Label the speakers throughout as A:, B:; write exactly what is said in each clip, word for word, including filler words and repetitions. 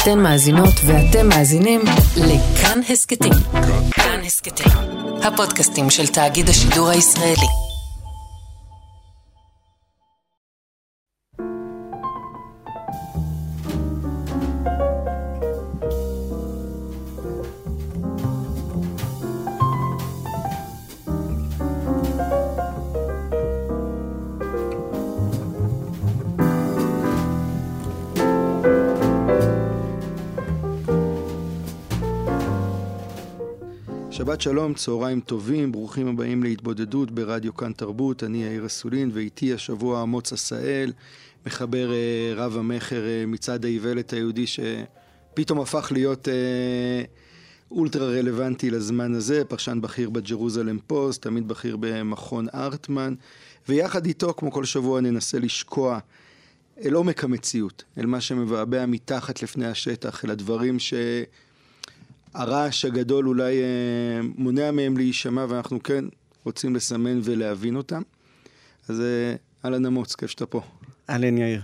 A: אתן מאזינות ואתם מאזינים לכאן הסקטים. כאן הסקטים, הפודקאסטים של תאגיד השידור הישראלי.
B: שבת שלום, צהריים טובים, ברוכים הבאים להתבודדות ברדיו כאן תרבות. אני יאיר אסולין ואיתי השבוע עמוץ עשאל, מחבר אה, רב המחר אה, מצד האיוולת היהודי שפתאום הפך להיות אה, אולטרה רלוונטי לזמן הזה, פרשן בכיר בג'רוזלם פוסט, תמיד בכיר במכון ארטמן, ויחד איתו כמו כל שבוע ננסה לשקוע אל עומק המציאות, אל מה שמבעבע מתחת לפני השטח, אל הדברים ש... הרעש הגדול אולי אה, מונע מהם להישמע, ואנחנו כן רוצים לסמן ולהבין אותם. אז אה, אהלן עמוץ, כיף שאתה פה.
C: אהלן יאיר.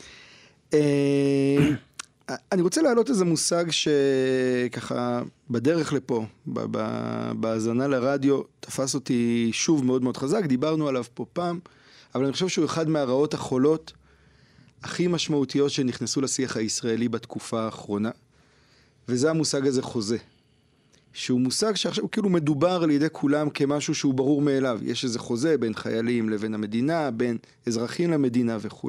B: אה, אני רוצה להעלות איזה מושג שככה בדרך לפה, בהאזנה לרדיו, תפס אותי שוב מאוד מאוד חזק, דיברנו עליו פה פעם, אבל אני חושב שהוא אחד מהרעות החולות הכי משמעותיות שנכנסו לשיח הישראלי בתקופה האחרונה. וזה המושג הזה חוזה, שהוא מושג שעכשיו כאילו מדובר על ידי כולם כמשהו שהוא ברור מאליו. יש איזה חוזה בין חיילים לבין המדינה, בין אזרחים למדינה וכו'.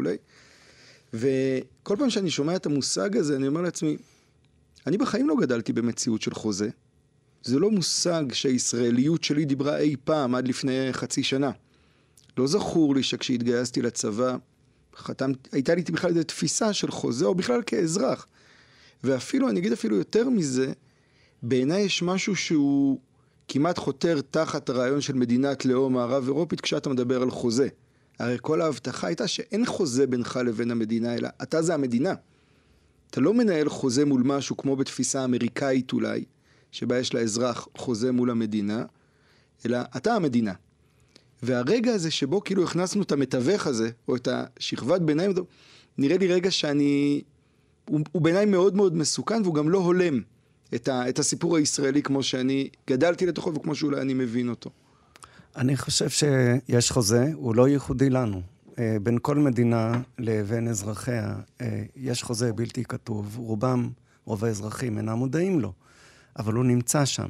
B: וכל פעם שאני שומע את המושג הזה, אני אומר לעצמי, אני בחיים לא גדלתי במציאות של חוזה. זה לא מושג שהישראליות שלי דיברה אי פעם עד לפני חצי שנה. לא זכור לי שכשהתגייסתי לצבא, חתם, הייתה לי בכלל איזו תפיסה של חוזה, או בכלל כאזרח. ואפילו, אני אגיד אפילו יותר מזה, בעיניי יש משהו שהוא כמעט חותר תחת הרעיון של מדינת לאום מערב אירופית כשאתה מדבר על חוזה. הרי כל ההבטחה הייתה שאין חוזה בינך לבין המדינה, אלא אתה זה המדינה. אתה לא מנהל חוזה מול משהו כמו בתפיסה אמריקאית אולי, שבה יש לאזרח חוזה מול המדינה, אלא אתה המדינה. והרגע הזה שבו כאילו הכנסנו את המתווך הזה, או את השכבת ביניים, נראה לי רגע שאני... הוא, הוא בעיניי מאוד מאוד מסוכן, והוא גם לא הולם את, ה, את הסיפור הישראלי כמו שאני גדלתי לתוכו, וכמו שאולי אני מבין אותו.
C: אני חושב שיש חוזה, הוא לא ייחודי לנו. בין כל מדינה לבין אזרחיה, יש חוזה בלתי כתוב. רובם, רוב האזרחים אינם מודעים לו, אבל הוא נמצא שם.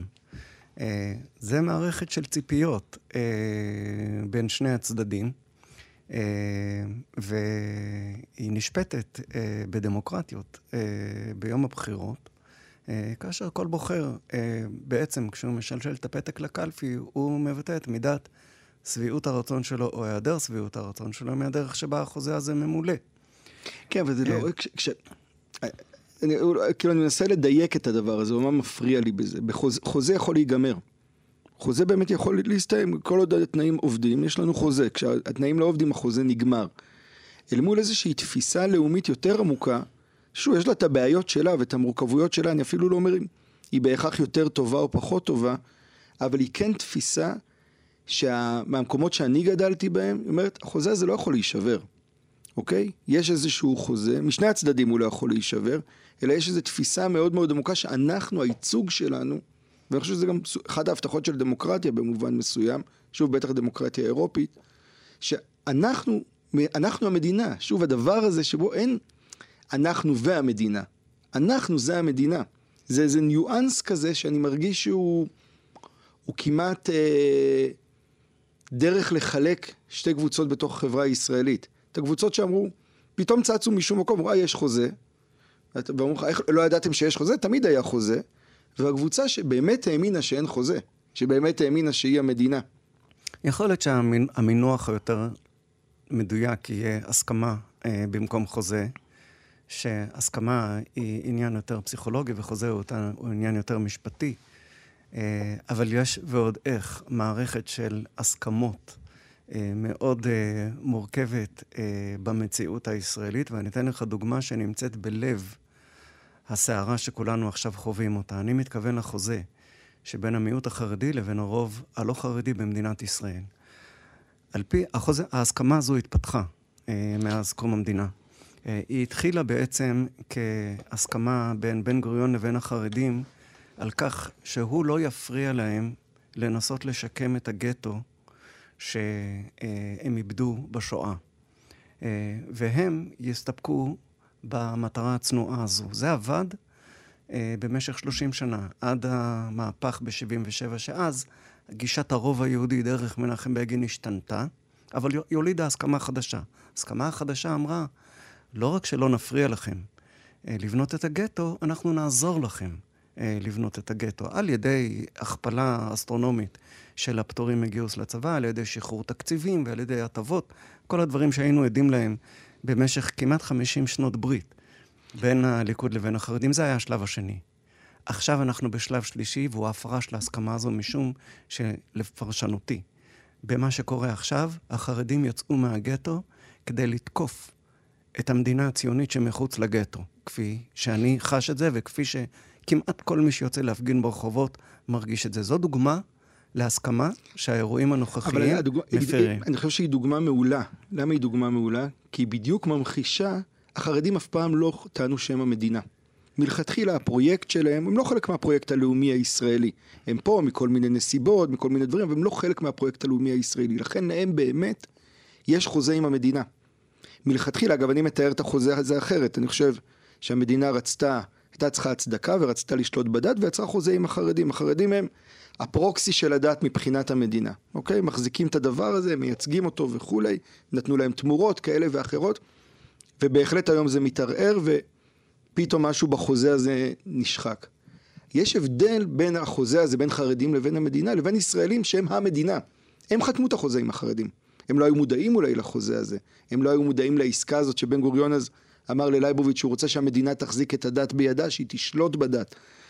C: זה מערכת של ציפיות בין שני הצדדים, והיא נשפטת בדמוקרטיות ביום הבחירות, כאשר כל בוחר בעצם כשהוא משלשל את הפתק לקלפי הוא מבטא את מידת שביעות הרצון שלו או היעדר שביעות הרצון שלו מהדרך שבה החוזה הזה ממולא.
B: כן, אבל זה לא... כאילו אני מנסה לדייק את הדבר הזה, ומה מפריע לי בזה? חוזה יכול להיגמר. חוזה באמת יכול להסתיים, כל עוד התנאים עובדים, יש לנו חוזה. כשהתנאים לא עובדים, החוזה נגמר. אל מול איזושהי תפיסה לאומית יותר עמוקה, שוב, יש לה את הבעיות שלה ואת המורכבויות שלה, אני אפילו לא אומר אם היא בהכרח יותר טובה או פחות טובה, אבל היא כן תפיסה שמהמקומות שאני גדלתי בהם, היא אומרת, החוזה הזה לא יכול להישבר. אוקיי? יש איזשהו חוזה, משני הצדדים הוא לא יכול להישבר, אלא יש איזו תפיסה מאוד מאוד עמוקה שאנחנו, הייצוג שלנו, ואני חושב שזה גם אחת ההבטחות של דמוקרטיה במובן מסוים, שוב בטח דמוקרטיה אירופית, שאנחנו, אנחנו המדינה, שוב הדבר הזה שבו אין אנחנו והמדינה, אנחנו זה המדינה, זה איזה ניואנס כזה שאני מרגיש שהוא הוא כמעט אה, דרך לחלק שתי קבוצות בתוך החברה הישראלית. את הקבוצות שאמרו, פתאום צצו משום מקום, אמרו, אה, יש חוזה, ואמרו לך, איך לא ידעתם שיש חוזה? תמיד היה חוזה, והקבוצה שבאמת האמינה שאין חוזה, שבאמת האמינה שהיא המדינה.
C: יכול להיות שהמינוח היותר מדויק יהיה הסכמה אה, במקום חוזה, שהסכמה היא עניין יותר פסיכולוגי, וחוזה הוא, אותה, הוא עניין יותר משפטי. אה, אבל יש ועוד איך מערכת של הסכמות אה, מאוד אה, מורכבת אה, במציאות הישראלית, ואני אתן לך דוגמה שנמצאת בלב הסערה שכולנו עכשיו חווים אותה. אני מתכוון לחוזה שבין המיעוט החרדי לבין הרוב הלא חרדי במדינת ישראל. על פי החוזה, ההסכמה הזו התפתחה אה, מאז קום המדינה. היא התחילה בעצם כהסכמה בין בן גוריון לבין החרדים, על כך שהוא לא יפריע להם לנסות לשקם את הגטו שהם איבדו בשואה. והם יסתפקו במטרה הצנועה הזו. זה עבד במשך שלושים שנה, עד המהפך ב-שבעים ושבע, שאז גישת הרוב היהודי דרך מנחם בגין השתנתה, אבל היא הולידה הסכמה חדשה. הסכמה החדשה אמרה, לא רק שלא נפריע לכם לבנות את הגטו, אנחנו נעזור לכם לבנות את הגטו, על ידי הכפלה אסטרונומית של הפטורים מגיוס לצבא, על ידי שחרור תקציבים ועל ידי הטבות, כל הדברים שהיינו עדים להם במשך כמעט חמישים שנות ברית, בין הליכוד לבין החרדים. זה היה השלב השני. עכשיו אנחנו בשלב שלישי, והוא ההפרה של ההסכמה הזו, משום שלפרשנותי, במה שקורה עכשיו, החרדים יצאו מהגטו כדי לתקוף את המדינה הציונית שמחוץ לגטו, כפי שאני חש את זה, וכפי שכמעט כל מי שיוצא להפגין ברחובות מרגיש את זה. זו דוגמה להסכמה שהאירועים הנוכחיים
B: הדוג...
C: מפרים.
B: אני חושב שהיא דוגמה מעולה. למה היא דוגמה מעולה? כי היא בדיוק ממחישה, החרדים אף פעם לא טענו שם המדינה. מלכתחילה הפרויקט שלהם, הם לא חלק מהפרויקט הלאומי הישראלי. הם פה מכל מיני נסיבות, מכל מיני דברים, והם לא חלק מהפרויקט הלאומי הישראלי. לכן להם באמת יש חוזה עם המדינה. מלכתחילה, אגב, אני מתאר את החוזה הזה אחרת. אני חושב שהמדינה רצתה, הייתה צריכה הצדקה ורצתה לשלוט בדת, ויצרה חוזה עם החרדים. החרדים הם הפרוקסי של הדת מבחינת המדינה. אוקיי? מחזיקים את הדבר הזה, מייצגים אותו וכולי, נתנו להם תמורות כאלה ואחרות, ובהחלט היום זה מתערער, ופתאום משהו בחוזה הזה נשחק. יש הבדל בין החוזה הזה, בין חרדים לבין המדינה, לבין ישראלים שהם המדינה. הם חתמו את החוזה עם החרדים. הם לא היו מודעים אולי לחוזה הזה. הם לא היו מודעים לעסקה הזאת שבן גוריון אז אמר ללייבוביץ' שהוא רוצה שהמדינה תחזיק את הדת בידה, שהיא תשלוט בדת.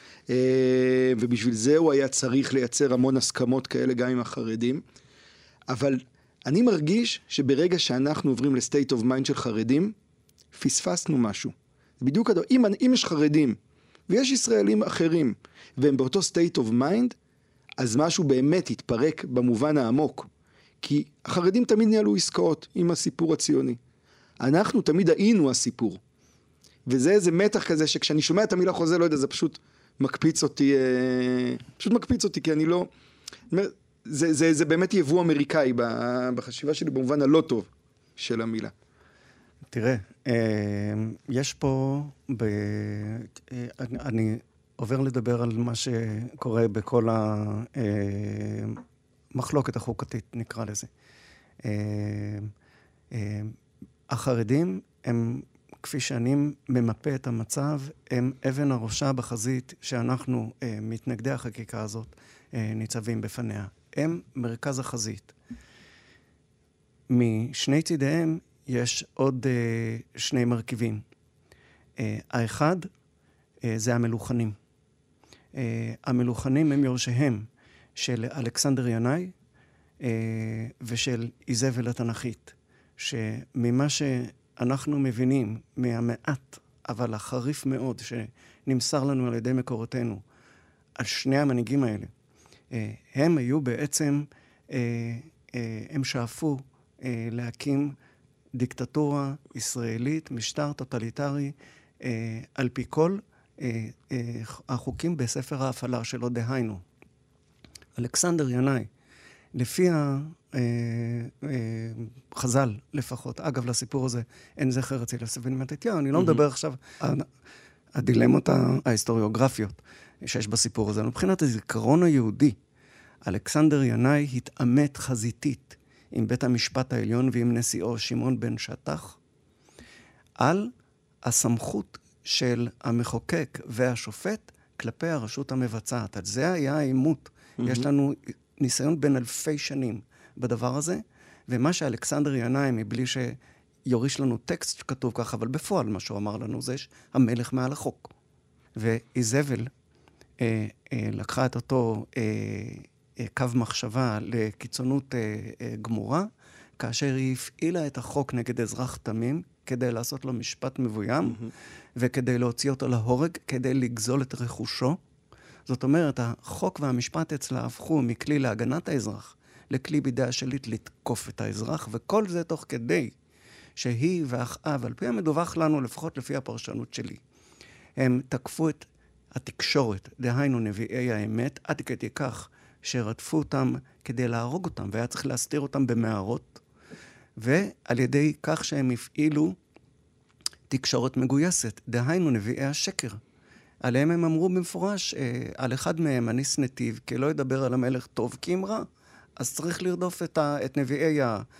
B: ובשביל זה הוא היה צריך לייצר המון הסכמות כאלה גם עם החרדים. אבל אני מרגיש שברגע שאנחנו עוברים לסטייט אוף מיינד של חרדים, פספסנו משהו. בדיוק הדבר. אם, אם יש חרדים ויש ישראלים אחרים והם באותו state of mind, אז משהו באמת יתפרק במובן העמוק. כי החרדים תמיד ניהלו עסקאות עם הסיפור הציוני. אנחנו תמיד היינו הסיפור. וזה איזה מתח כזה שכשאני שומע את המילה חוזה, לא יודע, זה פשוט מקפיץ אותי, פשוט מקפיץ אותי, כי אני לא... זה, זה, זה באמת יבוא אמריקאי בחשיבה שלי, במובן הלא טוב של המילה.
C: תראה, יש פה, ב... אני עובר לדבר על מה שקורה בכל המחלוקת החוקתית, נקרא לזה. החרדים הם, כפי שאני ממפה את המצב, הם אבן הראשה בחזית שאנחנו, מתנגדי החקיקה הזאת, ניצבים בפניה. הם מרכז החזית. משני צידיהם יש עוד uh, שני מרכיבים. Uh, האחד uh, זה המלוכנים. Uh, המלוכנים הם יורשיהם של אלכסנדר ינאי uh, ושל איזבל התנ"כית, שממה שאנחנו מבינים מהמעט, אבל החריף מאוד, שנמסר לנו על ידי מקורותינו, על שני המנהיגים האלה, uh, הם היו בעצם, uh, uh, הם שאפו uh, להקים דיקטטורה ישראלית, משטר טוטליטרי, אה, על פי כל אה, אה, החוקים בספר ההפעלה שלו, דהיינו. אלכסנדר ינאי, לפי החז"ל לפחות, אגב לסיפור הזה, אין זכר אצל יוסף בן מתתיהו, אני לא מדבר עכשיו על הדילמות ההיסטוריוגרפיות שיש בסיפור הזה. מבחינת הזיכרון היהודי, אלכסנדר ינאי התעמת חזיתית, עם בית המשפט העליון ועם נשיאו שמעון בן שטח, על הסמכות של המחוקק והשופט כלפי הרשות המבצעת. על זה היה העימות. Mm-hmm. יש לנו ניסיון בין אלפי שנים בדבר הזה, ומה שאלכסנדר ינאי, מבלי שיוריש לנו טקסט שכתוב ככה, אבל בפועל מה שהוא אמר לנו זה המלך מעל החוק. ואיזבל אה, אה, לקחה את אותו... אה, קו מחשבה לקיצונות אה, אה, גמורה, כאשר היא הפעילה את החוק נגד אזרח תמים, כדי לעשות לו משפט מבוים, mm-hmm. וכדי להוציא אותו להורג, כדי לגזול את רכושו. זאת אומרת, החוק והמשפט אצלה הפכו מכלי להגנת האזרח, לכלי בידי השליט לתקוף את האזרח, וכל זה תוך כדי שהיא ואחאב, על פי המדווח לנו, לפחות לפי הפרשנות שלי, הם תקפו את התקשורת, דהיינו נביאי האמת, עד כדי כך שרדפו אותם כדי להרוג אותם, והיה צריך להסתיר אותם במערות, ועל ידי כך שהם הפעילו תקשורת מגויסת, דהיינו נביאי השקר. עליהם הם אמרו במפורש, על אחד מהם, הניס נתיב, כי לא ידבר על המלך טוב כי אם רע, אז צריך לרדוף את, ה, את נביאי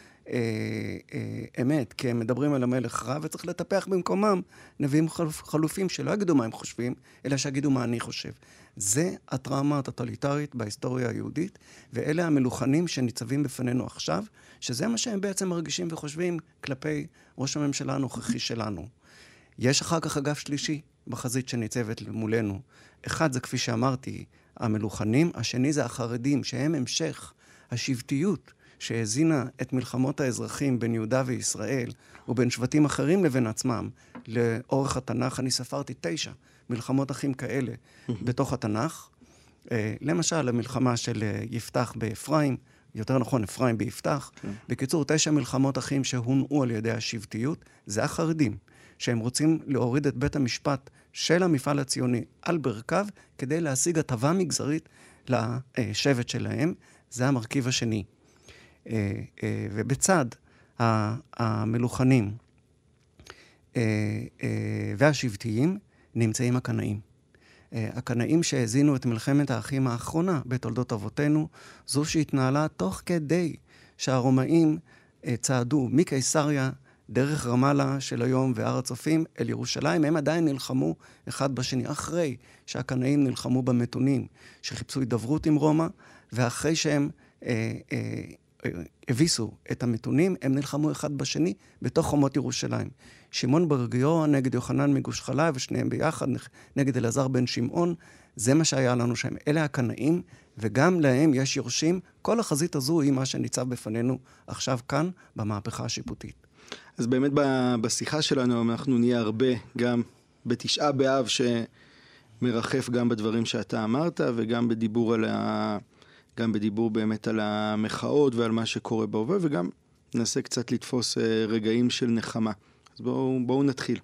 C: האמת, כי הם מדברים על המלך רע, וצריך לטפח במקומם נביאים חלופים שלא יגידו מה הם חושבים, אלא שיגידו מה אני חושב. זה הטראומה הטוטליטרית בהיסטוריה היהודית, ואלה המלוכנים שניצבים בפנינו עכשיו, שזה מה שהם בעצם מרגישים וחושבים כלפי ראש הממשלה הנוכחי שלנו. יש אחר כך אגף שלישי בחזית שניצבת מולנו. אחד זה כפי שאמרתי, המלוכנים, השני זה החרדים, שהם המשך השבטיות שהזינה את מלחמות האזרחים בין יהודה וישראל ובין שבטים אחרים לבין עצמם לאורך התנ"ך. אני ספרתי תשע מלחמות אחים כאלה בתוך התנ"ך. למשל, המלחמה של יפתח באפרים, יותר נכון, אפרים ביפתח. בקיצור, תשע מלחמות אחים שהונעו על ידי השבטיות, זה החרדים, שהם רוצים להוריד את בית המשפט של המפעל הציוני על ברכיו, כדי להשיג הטבה מגזרית לשבט שלהם. זה המרכיב השני. ובצד המלוכנים והשבטיים נמצאים הקנאים. הקנאים שהזינו את מלחמת האחים האחרונה בתולדות אבותינו, זו שהתנהלה תוך כדי שהרומאים צעדו מקיסריה דרך רמאללה של היום והר הצופים אל ירושלים. הם עדיין נלחמו אחד בשני, אחרי שהקנאים נלחמו במתונים שחיפשו הידברות עם רומא, ואחרי שהם אה, אה, הביסו את המתונים, הם נלחמו אחד בשני בתוך חומות ירושלים. שמעון בר גיורא נגד יוחנן מגוש חלב, ושניהם ביחד נגד אלעזר בן שמעון, זה מה שהיה לנו שם. אלה הקנאים, וגם להם יש יורשים. כל החזית הזו היא מה שניצב בפנינו עכשיו כאן במהפכה השיפוטית.
B: אז באמת בשיחה שלנו אנחנו נהיה הרבה גם בתשעה באב שמרחף גם בדברים שאתה אמרת, וגם בדיבור על ה... גם בדיבור באמת על המחאות ועל מה שקורה בהווה, וגם ננסה קצת לתפוס רגעים של נחמה. אז בואו, בואו נתחיל.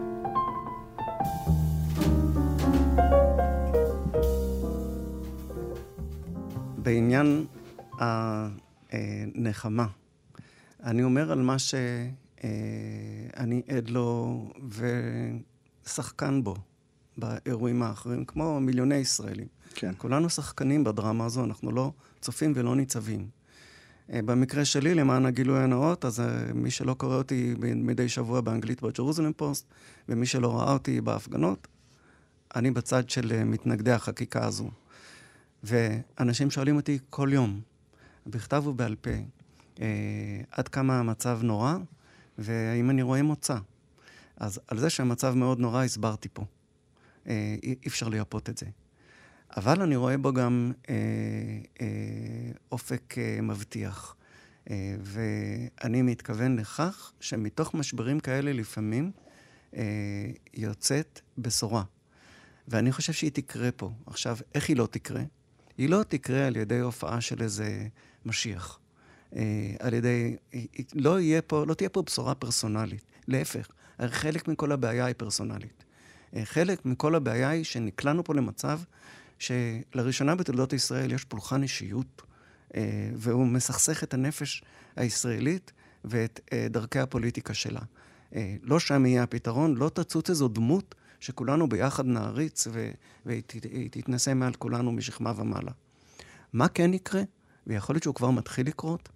C: בעניין הנחמה, אני אומר על מה שאני עד לו ושחקן בו באירועים האחרים, כמו מיליוני ישראלים.
B: כן.
C: כולנו שחקנים בדרמה הזו, אנחנו לא צופים ולא ניצבים. במקרה שלי, למען הגילוי הנאות, אז מי שלא קורא אותי מדי שבוע באנגלית בג'רוזלם פוסט, ומי שלא ראה אותי בהפגנות, אני בצד של מתנגדי החקיקה הזו. ואנשים שואלים אותי כל יום, בכתב ובעל פה, עד כמה המצב נורא, והאם אני רואה מוצא. אז על זה שהמצב מאוד נורא הסברתי פה. אי אפשר לייפות את זה. אבל אני רואה בו גם אה, אה, אופק אה, מבטיח. אה, ואני מתכוון לכך שמתוך משברים כאלה לפעמים אה, יוצאת בשורה. ואני חושב שהיא תקרה פה. עכשיו, איך היא לא תקרה? היא לא תקרה על ידי הופעה של איזה משיח. אה, על ידי... לא יהיה פה, לא תהיה פה בשורה פרסונלית. להפך, חלק מכל הבעיה היא פרסונלית. אה, חלק מכל הבעיה היא שנקלענו פה למצב שלראשונה בתולדות ישראל יש פולחן אישיות, אה, והוא מסכסך את הנפש הישראלית ואת אה, דרכי הפוליטיקה שלה. אה, לא שם יהיה הפתרון, לא תצוץ איזו דמות שכולנו ביחד נעריץ ותתנסה מעל כולנו משכמה ומעלה. מה כן יקרה? ויכול להיות שהוא כבר מתחיל לקרות?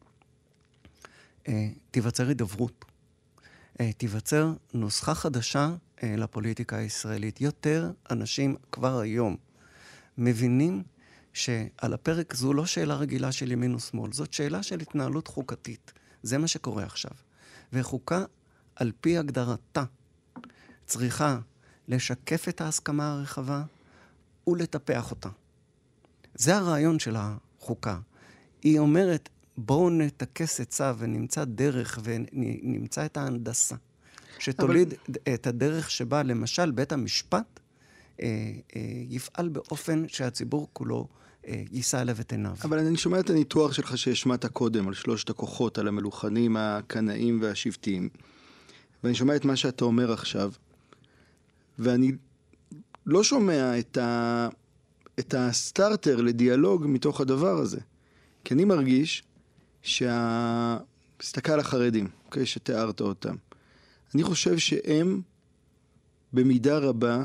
C: אה, תיווצר הידברות. אה, תיווצר נוסחה חדשה אה, לפוליטיקה הישראלית. יותר אנשים כבר היום מבינים שעל הפרק זו לא שאלה רגילה של ימין ושמאל, זאת שאלה של התנהלות חוקתית. זה מה שקורה עכשיו. וחוקה, על פי הגדרתה, צריכה לשקף את ההסכמה הרחבה ולטפח אותה. זה הרעיון של החוקה. היא אומרת, בואו נתקס עצה ונמצא דרך ונמצא את ההנדסה, שתוליד אבל... את הדרך שבה, למשל, בית המשפט יפעל באופן שהציבור כולו יישא אליו את עיניו.
B: אבל אני שומע את הניתוח שלך שהשמעת קודם על שלושת הכוחות, על המלוכנים, הקנאים והשבטיים. ואני שומע את מה שאתה אומר עכשיו, ואני לא שומע את, ה... את הסטארטר לדיאלוג מתוך הדבר הזה. כי אני מרגיש שה... מסתכל על החרדים, אוקיי, שתיארת אותם. אני חושב שהם במידה רבה,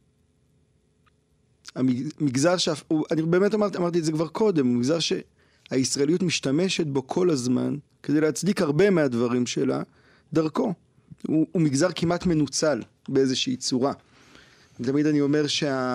B: המגזר שאף... אני באמת אמרתי, אמרתי את זה כבר קודם, הוא מגזר שהישראליות משתמשת בו כל הזמן, כדי להצדיק הרבה מהדברים שלה, דרכו. הוא, הוא מגזר כמעט מנוצל באיזושהי צורה. תמיד אני אומר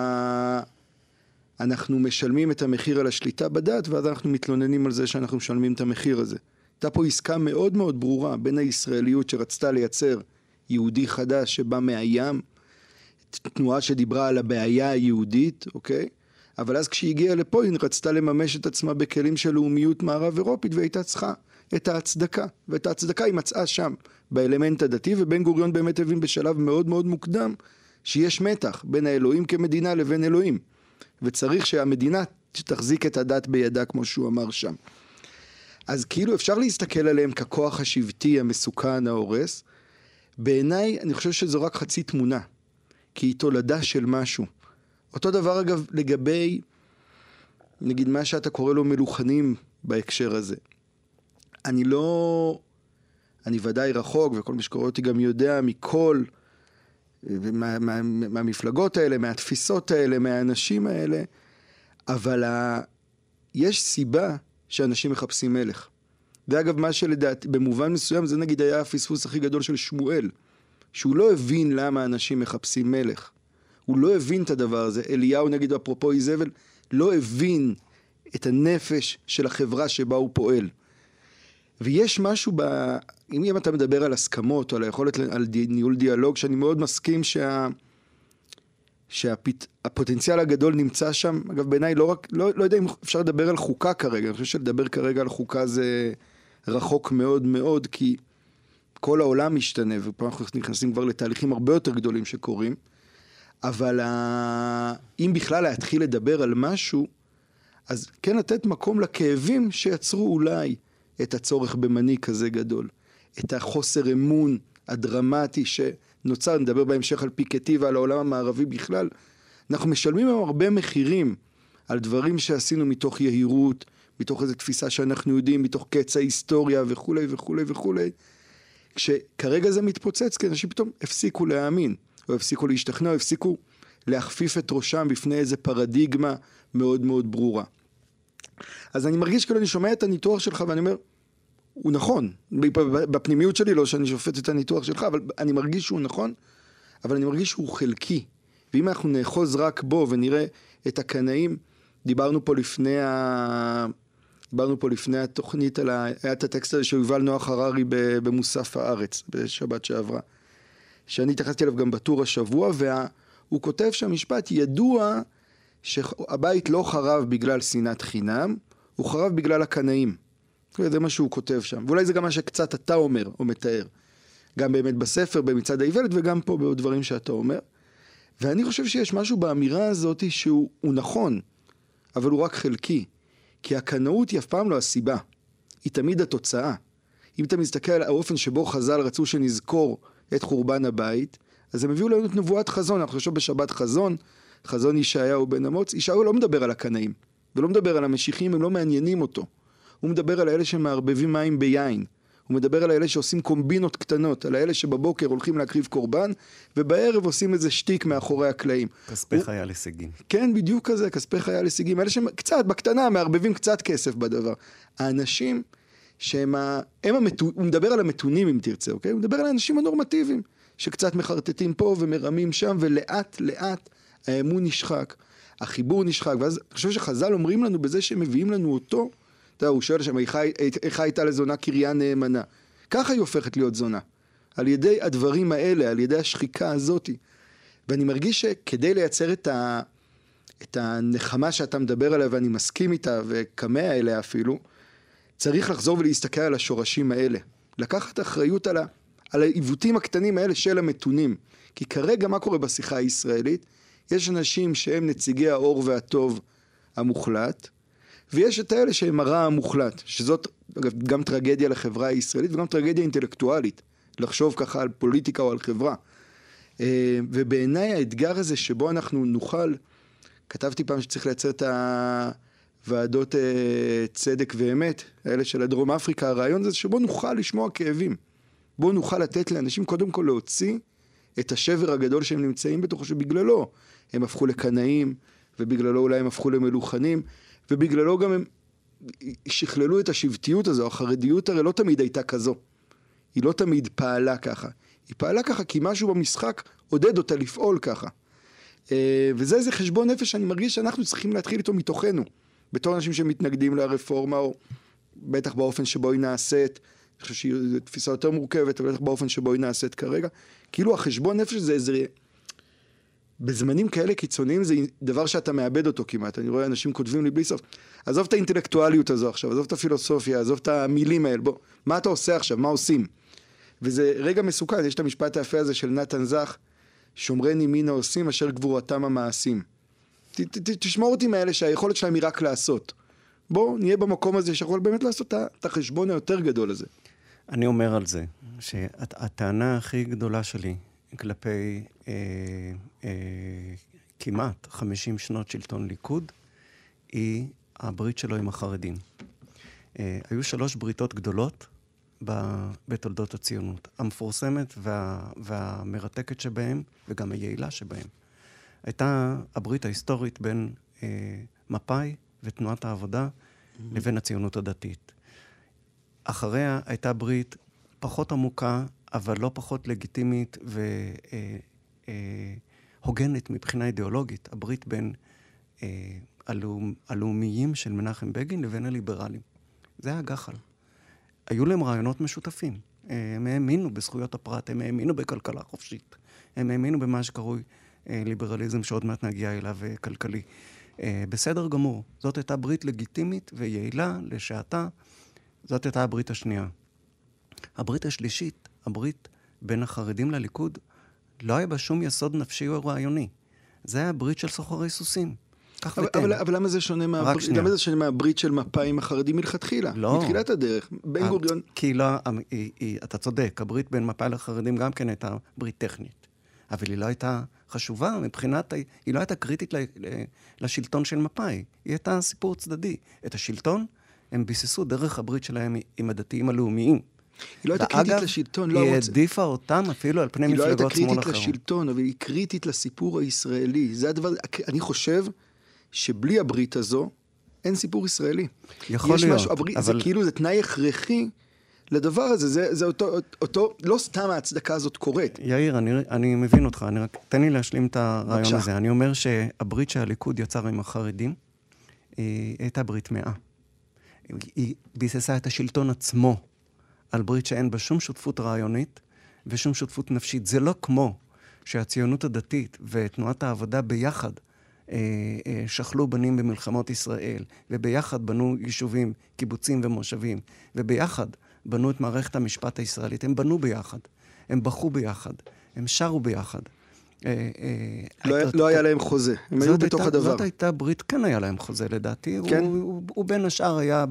B: שאנחנו משלמים את המחיר על השליטה בדת, ואז אנחנו מתלוננים על זה שאנחנו משלמים את המחיר הזה. הייתה פה עסקה מאוד מאוד ברורה בין הישראליות שרצתה לייצר יהודי חדש שבא מהים, תנועה שדיברה על הבעיה היהודית, אוקיי? אבל אז כשהיא הגיעה לפה היא רצתה לממש את עצמה בכלים של לאומיות מערב אירופית, והייתה צריכה את ההצדקה, ואת ההצדקה היא מצאה שם, באלמנט הדתי, ובן גוריון באמת הבין בשלב מאוד מאוד מוקדם, שיש מתח בין האלוהים כמדינה לבין אלוהים, וצריך שהמדינה תחזיק את הדת בידה כמו שהוא אמר שם. אז כאילו אפשר להסתכל עליהם ככוח השבטי המסוכן ההורס, בעיניי אני חושב שזו רק חצי תמונה, כי היא תולדה של משהו. אותו דבר אגב לגבי, נגיד מה שאתה קורא לו מלוכנים בהקשר הזה. אני לא, אני ודאי רחוק, וכל מי שקורא אותי גם יודע מכל, מה, מה, מהמפלגות האלה, מהתפיסות האלה, מהאנשים האלה, אבל ה, יש סיבה שאנשים מחפשים מלך. ואגב מה שלדעת, במובן מסוים זה נגיד היה הפספוס הכי גדול של שמואל, שהוא לא הבין למה אנשים מחפשים מלך. הוא לא הבין את הדבר הזה. אליהו נגיד אפרופו איזבל, לא הבין את הנפש של החברה שבה הוא פועל. ויש משהו, ב... אם אתה מדבר על הסכמות או על היכולת על ניהול דיאלוג, שאני מאוד מסכים שה... שהפוטנציאל הגדול נמצא שם. אגב בעיניי לא רק, לא, לא יודע אם אפשר לדבר על חוקה כרגע, אני חושב שלדבר כרגע על חוקה זה רחוק מאוד מאוד, כי כל העולם משתנה, ופה אנחנו נכנסים כבר לתהליכים הרבה יותר גדולים שקורים, אבל ה... אם בכלל להתחיל לדבר על משהו, אז כן לתת מקום לכאבים שיצרו אולי את הצורך במנהיג כזה גדול, את החוסר אמון הדרמטי שנוצר, נדבר בהמשך על פיקטי ועל העולם המערבי בכלל, אנחנו משלמים היום הרבה מחירים על דברים שעשינו מתוך יהירות, מתוך איזו תפיסה שאנחנו יודעים, מתוך קץ ההיסטוריה וכו' וכו' וכו', כשכרגע זה מתפוצץ, כי אנשים פתאום הפסיקו להאמין, או הפסיקו להשתכנע, או הפסיקו להכפיף את ראשם בפני איזו פרדיגמה מאוד מאוד ברורה. אז אני מרגיש כאילו אני שומע את הניתוח שלך ואני אומר, הוא נכון, בפנימיות שלי לא שאני שופט את הניתוח שלך, אבל אני מרגיש שהוא נכון, אבל אני מרגיש שהוא חלקי. ואם אנחנו נאחוז רק בו ונראה את הקנאים, דיברנו פה לפני ה... דיברנו פה לפני התוכנית על ה... היה את הטקסט הזה שיובל נוח הררי במוסף הארץ, בשבת שעברה, שאני התייחסתי אליו גם בטור השבוע, והוא כותב שהמשפט ידוע שהבית לא חרב בגלל שנאת חינם, הוא חרב בגלל הקנאים. זה מה שהוא כותב שם. ואולי זה גם מה שקצת אתה אומר או מתאר. גם באמת בספר, במצעד האיוולת, וגם פה בדברים שאתה אומר. ואני חושב שיש משהו באמירה הזאת שהוא נכון, אבל הוא רק חלקי. כי הקנאות היא אף פעם לא הסיבה. היא תמיד התוצאה. אם אתה מסתכל על האופן שבו חז"ל רצו שנזכור את חורבן הבית, אז הם הביאו לנו את נבואת חזון. אנחנו חושב בשבת חזון, חזון ישעיהו בן אמוץ. ישעיהו לא מדבר על הקנאים, ולא מדבר על המשיחים, הם לא מעניינים אותו. הוא מדבר על האלה שמערבבים מים ביין. הוא מדבר על האלה שעושים קומבינות קטנות, על האלה שבבוקר הולכים להקריב קורבן, ובערב עושים איזה שטיק מאחורי הקלעים.
C: כספי הוא... חייל הישגים.
B: כן, בדיוק כזה, כספי חייל הישגים. אלה שקצת, בקטנה, מערבבים קצת כסף בדבר. האנשים שהם, ה... הם המתו... הוא מדבר על המתונים אם תרצה, אוקיי? הוא מדבר על האנשים הנורמטיביים, שקצת מחרטטים פה ומרמים שם, ולאט לאט האמון נשחק, החיבור נשחק, ואז אני חושב שחז"ל אומרים לנו בזה שהם מביאים לנו אותו, אתה יודע, הוא שואל שם, איך הייתה לזונה קריה נאמנה? ככה היא הופכת להיות זונה. על ידי הדברים האלה, על ידי השחיקה הזאת. ואני מרגיש שכדי לייצר את, ה, את הנחמה שאתה מדבר עליה, ואני מסכים איתה, וכמה אליה אפילו, צריך לחזור ולהסתכל על השורשים האלה. לקחת אחריות על, ה, על העיוותים הקטנים האלה של המתונים. כי כרגע מה קורה בשיחה הישראלית? יש אנשים שהם נציגי האור והטוב המוחלט, ויש את האלה שהם הרע המוחלט, שזאת גם טרגדיה לחברה הישראלית, וגם טרגדיה אינטלקטואלית לחשוב ככה על פוליטיקה או על חברה. ובעיניי האתגר הזה שבו אנחנו נוכל, כתבתי פעם שצריך לייצר את הוועדות צדק ואמת, האלה של הדרום אפריקה, הרעיון זה שבו נוכל לשמוע כאבים. בו נוכל לתת לאנשים קודם כל להוציא את השבר הגדול שהם נמצאים בתוכו, שבגללו הם הפכו לקנאים, ובגללו אולי הם הפכו למלוכנים, ובגללו גם הם שכללו את השבטיות הזו. החרדיות הרי לא תמיד הייתה כזו. היא לא תמיד פעלה ככה. היא פעלה ככה כי משהו במשחק עודד אותה לפעול ככה. וזה איזה חשבון נפש שאני מרגיש שאנחנו צריכים להתחיל איתו מתוכנו. בתור אנשים שמתנגדים לרפורמה, או בטח באופן שבו היא נעשית, אני חושב שהיא תפיסה יותר מורכבת, אבל בטח באופן שבו היא נעשית כרגע. כאילו החשבון נפש זה איזה... בזמנים כאלה קיצוניים זה דבר שאתה מאבד אותו כמעט. אני רואה אנשים כותבים לי בלי סוף, עזוב את האינטלקטואליות הזו עכשיו, עזוב את הפילוסופיה, עזוב את המילים האלה, בוא, מה אתה עושה עכשיו, מה עושים? וזה רגע מסוכן, יש את המשפט היפה הזה של נתן זך, שומרני מן העושים אשר גבורתם המעשים. ת, ת, ת, תשמור אותי מאלה שהיכולת שלהם היא רק לעשות. בוא, נהיה במקום הזה שיכול באמת לעשות את החשבון היותר גדול הזה.
C: אני אומר על זה, שהטענה הכי גדולה שלי כלפי אה, אה, כמעט חמישים שנות שלטון ליכוד, היא הברית שלו עם החרדים. אה, היו שלוש בריתות גדולות בתולדות הציונות. המפורסמת וה, והמרתקת שבהם, וגם היעילה שבהם. הייתה הברית ההיסטורית בין אה, מפא"י ותנועת העבודה mm-hmm. לבין הציונות הדתית. אחריה הייתה ברית פחות עמוקה, אבל לא פחות לגיטימית והוגנת מבחינה אידיאולוגית. הברית בין אה, הלאומ, הלאומיים של מנחם בגין לבין הליברלים. זה היה גחל. היו להם רעיונות משותפים. הם האמינו בזכויות הפרט, הם האמינו בכלכלה חופשית. הם האמינו במה שקרוי אה, ליברליזם, שעוד מעט נגיע אליו אה, כלכלי. אה, בסדר גמור. זאת הייתה ברית לגיטימית ויעילה לשעתה. זאת הייתה הברית השנייה. הברית השלישית, הברית בין החרדים לליכוד, לא היה בה שום יסוד נפשי או רעיוני. זה היה ברית של סוחרי סוסים. כך
B: אבל,
C: ותן.
B: אבל, אבל למה זה שונה מהברית, למה זה שונה מהברית של מפא"י עם החרדים מלכתחילה?
C: לא.
B: מתחילת הדרך. בן גוריון...
C: כי לא, היא, היא, אתה צודק, הברית בין מפא"י לחרדים גם כן הייתה ברית טכנית. אבל היא לא הייתה חשובה מבחינת, היא לא הייתה קריטית לשלטון של מפא"י. היא הייתה סיפור צדדי. את השלטון הם ביססו דרך הברית שלהם עם הדתיים הלאומיים.
B: היא לא הייתה קריטית לשלטון, לא
C: היא
B: רוצה.
C: העדיפה אותם אפילו על פני מפלגות שמאל אחרות.
B: היא לא הייתה קריטית לשלטון, אבל היא קריטית לסיפור הישראלי. זה הדבר, אני חושב שבלי הברית הזו, אין סיפור ישראלי.
C: יכול להיות,
B: משהו, הברית,
C: אבל...
B: זה כאילו, זה תנאי הכרחי לדבר הזה. זה, זה אותו, אותו, לא סתם ההצדקה הזאת קורית.
C: יאיר, אני, אני מבין אותך, אני רק, תן לי להשלים את הרעיון בבקשה. הזה. אני אומר שהברית שהליכוד יצר עם החרדים, היא הייתה ברית מאה. היא ביססה את השלטון עצמו, על ברית שאין בה שום שותפות רעיונית ושום שותפות נפשית. זה לא כמו שהציונות הדתית ותנועת העבודה ביחד אה, אה, שכלו בנים במלחמות ישראל, וביחד בנו יישובים, קיבוצים ומושבים, וביחד בנו את מערכת המשפט הישראלית. הם בנו ביחד, הם בכו ביחד, הם שרו ביחד. אה,
B: אה, לא, לא היה להם חוזה, הם היו בתוך
C: הייתה,
B: הדבר.
C: זאת הייתה ברית, כן היה להם חוזה לדעתי,
B: כן?
C: הוא, הוא, הוא בין השאר היה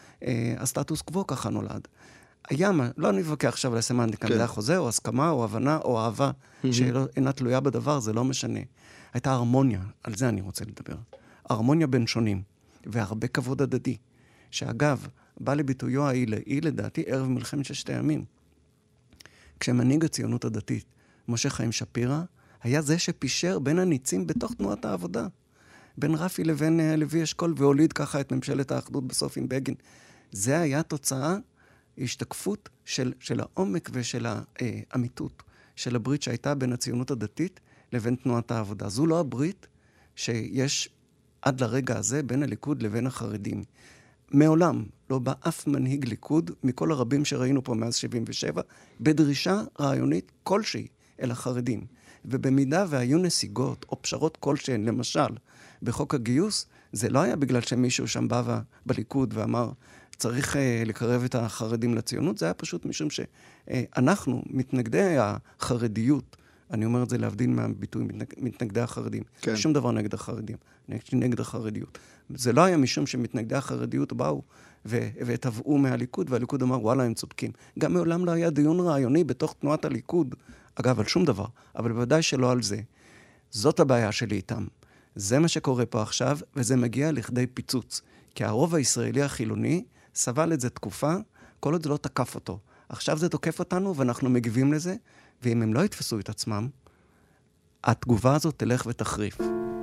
C: בסטטוס קוו, ככה נולד. היה, לא נתווכח עכשיו על הסמנטיקה, זה היה חוזה או הסכמה או הבנה או אהבה, שאינה תלויה בדבר, זה לא משנה. הייתה הרמוניה, על זה אני רוצה לדבר. הרמוניה בין שונים, והרבה כבוד הדדי, שאגב, בא לביטויו העילאי לדעתי ערב מלחמת ששת הימים. כשמנהיג הציונות הדתית, משה חיים שפירא, היה זה שפישר בין הניצים בתוך תנועת העבודה, בין רפי לבין לוי אשכול, והוליד ככה את ממשלת האחדות בסוף עם בגין. זה היה תוצאה, השתקפות של, של העומק ושל האמיתות של הברית שהייתה בין הציונות הדתית לבין תנועת העבודה. זו לא הברית שיש עד לרגע הזה בין הליכוד לבין החרדים. מעולם לא בא אף מנהיג ליכוד, מכל הרבים שראינו פה מאז שבעים ושבע, בדרישה רעיונית כלשהי אל החרדים. ובמידה והיו נסיגות או פשרות כלשהן, למשל, בחוק הגיוס, זה לא היה בגלל שמישהו שם בא בליכוד ואמר, צריך uh, לקרב את החרדים לציונות, זה היה פשוט משום שאנחנו, uh, מתנגדי החרדיות אני אומר את זה להבדיל מהביטוי מתנגדי החרדים. כן. שום דבר נגד החרדים, נגד החרדיות. זה לא היה משום שמתנגדי החרדיות באו וטבעו מהליכוד, והליכוד אמר, וואלה, הם צודקים. גם מעולם לא היה דיון רעיוני בתוך תנועת הליכוד, אגב, על שום דבר, אבל בוודאי שלא על זה. זאת הבעיה שלי איתם. זה מה שקורה פה עכשיו, וזה מגיע לכדי פיצוץ. כי הרוב הישראלי החילוני סבל את זה תקופה, כל עוד זה לא תקף אותו. עכשיו זה תוקף אותנו, ואנחנו מגיבים לזה, ואם הם לא יתפסו את עצמם, התגובה הזאת תלך ותחריף.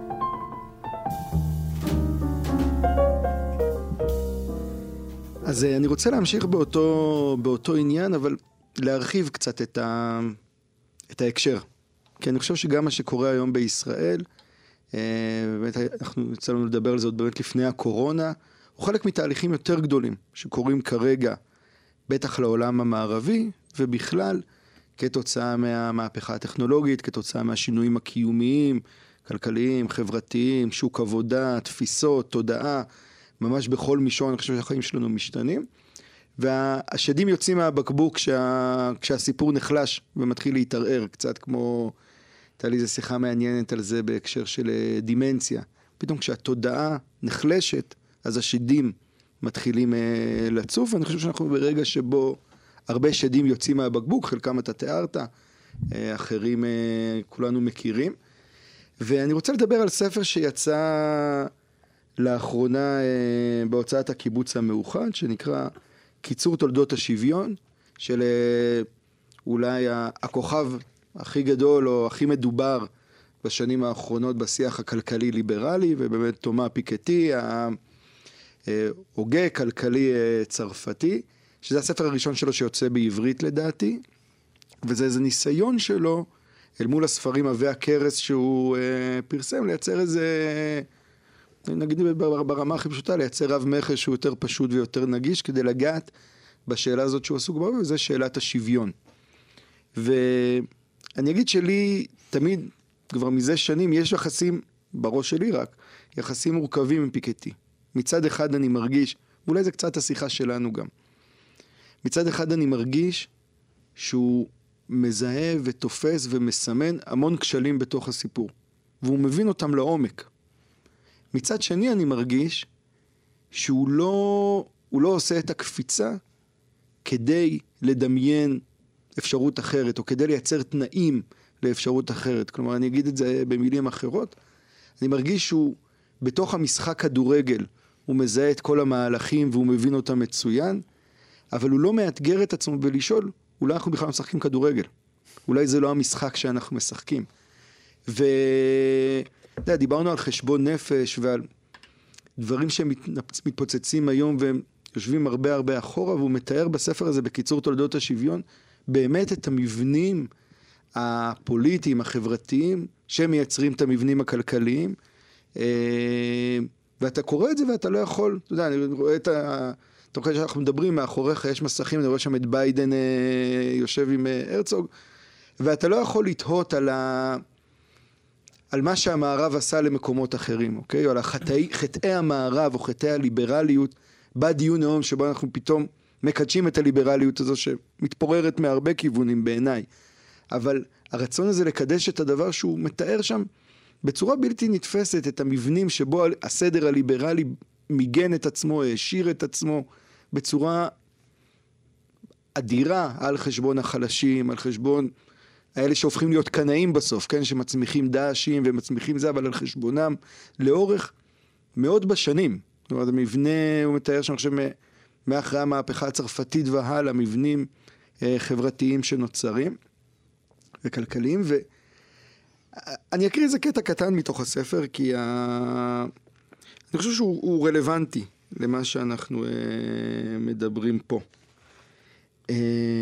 B: אז אני רוצה להמשיך באותו, באותו עניין, אבל להרחיב קצת את, ה, את ההקשר. כי אני חושב שגם מה שקורה היום בישראל, באמת אנחנו יצא לנו לדבר על זה עוד באמת לפני הקורונה, הוא חלק מתהליכים יותר גדולים שקורים כרגע, בטח לעולם המערבי, ובכלל כתוצאה מהמהפכה הטכנולוגית, כתוצאה מהשינויים הקיומיים, כלכליים, חברתיים, שוק עבודה, תפיסות, תודעה, ממש בכל מישור, אני חושב שהחיים שלנו משתנים, והשדים יוצאים מהבקבוק כשה, כשהסיפור נחלש ומתחיל להתערער, קצת כמו, הייתה לי איזו שיחה מעניינת על זה בהקשר של דימנציה. פתאום כשהתודעה נחלשת, אז השדים מתחילים אה, לצוף, ואני חושב שאנחנו ברגע שבו הרבה שדים יוצאים מהבקבוק, חלקם אתה תיארת, אה, אחרים אה, כולנו מכירים. ואני רוצה לדבר על ספר שיצא לאחרונה אה, בהוצאת הקיבוץ המאוחד, שנקרא קיצור תולדות השוויון, של אה, אולי הכוכב הכי גדול או הכי מדובר בשנים האחרונות בשיח הכלכלי-ליברלי, ובאמת תומא פיקטי, ההוגה כלכלי צרפתי, שזה הספר הראשון שלו שיוצא בעברית לדעתי, וזה איזה ניסיון שלו אל מול הספרים עבי הכרס שהוא אה, פרסם, לייצר איזה, נגיד ברמה הכי פשוטה, לייצר רב מחש שהוא יותר פשוט ויותר נגיש, כדי לגעת בשאלה הזאת שהוא עסוק בה, וזה שאלת השוויון. ואני אגיד שלי תמיד, כבר מזה שנים, יש יחסים, בראש שלי רק, יחסים מורכבים עם פיקטי. מצד אחד אני מרגיש, ואולי זה קצת השיחה שלנו גם, מצד אחד אני מרגיש שהוא מזהה ותופס ומסמן המון כשלים בתוך הסיפור, והוא מבין אותם לעומק. מצד שני אני מרגיש שהוא לא, הוא לא עושה את הקפיצה כדי לדמיין אפשרות אחרת, או כדי לייצר תנאים לאפשרות אחרת. כלומר, אני אגיד את זה במילים אחרות, אני מרגיש שהוא בתוך המשחק כדורגל, הוא מזהה את כל המהלכים והוא מבין אותם מצוין, אבל הוא לא מאתגר את עצמו בלשאול, אולי אנחנו בכלל משחקים כדורגל. אולי זה לא המשחק שאנחנו משחקים. ודיברנו על חשבון נפש ועל דברים שמתפוצצים היום והם יושבים הרבה הרבה אחורה, והוא מתאר בספר הזה בקיצור תולדות השוויון, באמת את המבנים הפוליטיים, החברתיים, שמייצרים את המבנים הכלכליים, ואתה קורא את זה ואתה לא יכול, אתה יודע, אני רואה את ה... אתה רואה שאנחנו מדברים, מאחוריך יש מסכים, אני רואה שם את ביידן אה, יושב עם אה, הרצוג, ואתה לא יכול לתהות על, ה... על מה שהמערב עשה למקומות אחרים, אוקיי? או על החטאי, חטאי המערב או חטאי הליברליות, בדיון היום שבו אנחנו פתאום מקדשים את הליברליות הזו שמתפוררת מהרבה כיוונים בעיניי. אבל הרצון הזה לקדש את הדבר שהוא מתאר שם בצורה בלתי נתפסת, את המבנים שבו הסדר הליברלי מיגן את עצמו, העשיר את עצמו, בצורה אדירה על חשבון החלשים, על חשבון האלה שהופכים להיות קנאים בסוף, כן? שמצמיחים דאשים ומצמיחים זה, אבל על חשבונם לאורך מאות בשנים. זאת אומרת, המבנה, הוא מתאר שם, חושב, מאחרי המהפכה הצרפתית והלאה, מבנים אה, חברתיים שנוצרים וכלכליים, ואני אקריא איזה קטע קטן מתוך הספר, כי ה... אני חושב שהוא רלוונטי למה שאנחנו אה, מדברים פה. אה,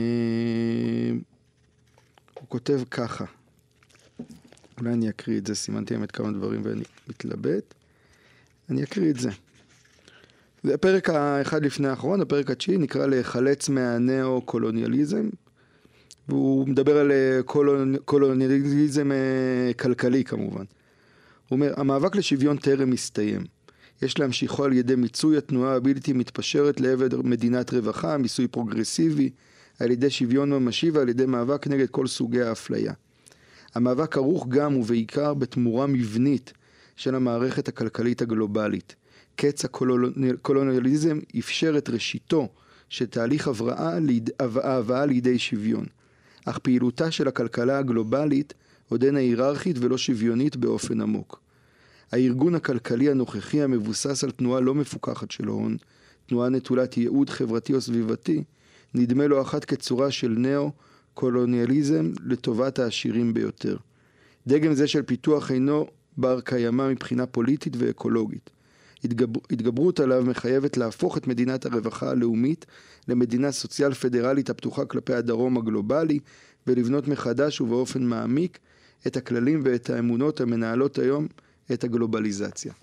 B: הוא כותב ככה, אולי אני אקריא את זה, סימנתי באמת כמה דברים ואני מתלבט. אני אקריא את זה. זה הפרק האחד לפני האחרון, הפרק התשיעי, נקרא לחלץ מהנאו-קולוניאליזם, והוא מדבר על קולונ... קולוניאליזם כלכלי כמובן. הוא אומר, המאבק לשוויון טרם מסתיים. יש להמשיכו על ידי מיצוי התנועה הבלתי מתפשרת לעבר מדינת רווחה, מיסוי פרוגרסיבי, על ידי שוויון ממשי ועל ידי מאבק נגד כל סוגי האפליה. המאבק כרוך גם ובעיקר בתמורה מבנית של המערכת הכלכלית הגלובלית. קץ הקולוניאליזם אפשר את ראשיתו של תהליך הבראה, הבאה לידי שוויון. אך פעילותה של הכלכלה הגלובלית עודנה היררכית ולא שוויונית באופן עמוק. הארגון הכלכלי הנוכחי המבוסס על תנועה לא מפוקחת של הון, תנועה נטולת ייעוד חברתי או סביבתי, נדמה לו אחת כצורה של נאו-קולוניאליזם לטובת העשירים ביותר. דגם זה של פיתוח אינו בר קיימא מבחינה פוליטית ואקולוגית. התגבר, התגברות עליו מחייבת להפוך את מדינת הרווחה הלאומית למדינה סוציאל פדרלית הפתוחה כלפי הדרום הגלובלי, ולבנות מחדש ובאופן מעמיק את הכללים ואת האמונות המנהלות היום את הגלובליזציה.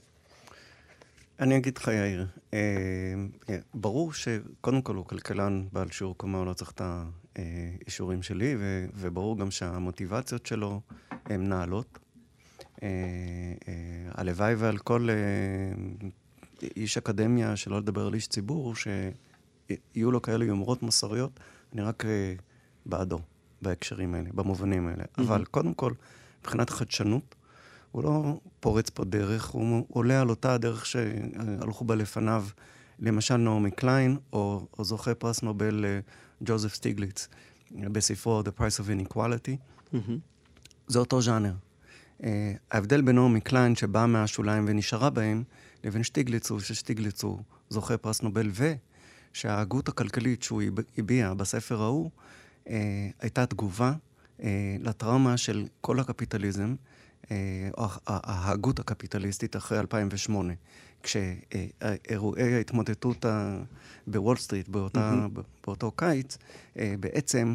C: אני אגיד לך, יאיר, אה, ברור שקודם כל הוא כלכלן בעל שיעור קומה, הוא לא צריך את האישורים שלי, ו, וברור גם שהמוטיבציות שלו הן נעלות. אה, אה, הלוואי ועל כל אה, איש אקדמיה, שלא לדבר על איש ציבור, שיהיו לו כאלה יומרות מוסריות, אני רק אה, בעדו בהקשרים האלה, במובנים האלה. Mm-hmm. אבל קודם כל, מבחינת חדשנות, הוא לא פורץ פה דרך, הוא עולה על אותה הדרך שהלכו בה לפניו, למשל נעמי קליין, או, או זוכה פרס נובל ג'וזף סטיגליץ, בספרו The Price of Inequality. Mm-hmm. זה אותו ז'אנר. Uh, ההבדל בין נעמי קליין שבא מהשוליים ונשארה בהם, לבין שטיגליץ הוא ששטיגליץ הוא זוכה פרס נובל, ושההגות הכלכלית שהוא הביע בספר ההוא, uh, הייתה תגובה uh, לטראומה של כל הקפיטליזם, או ההגות הקפיטליסטית אחרי אלפיים ושמונה, כשאירועי ההתמוטטות בוול סטריט באותה, mm-hmm. באותו קיץ, בעצם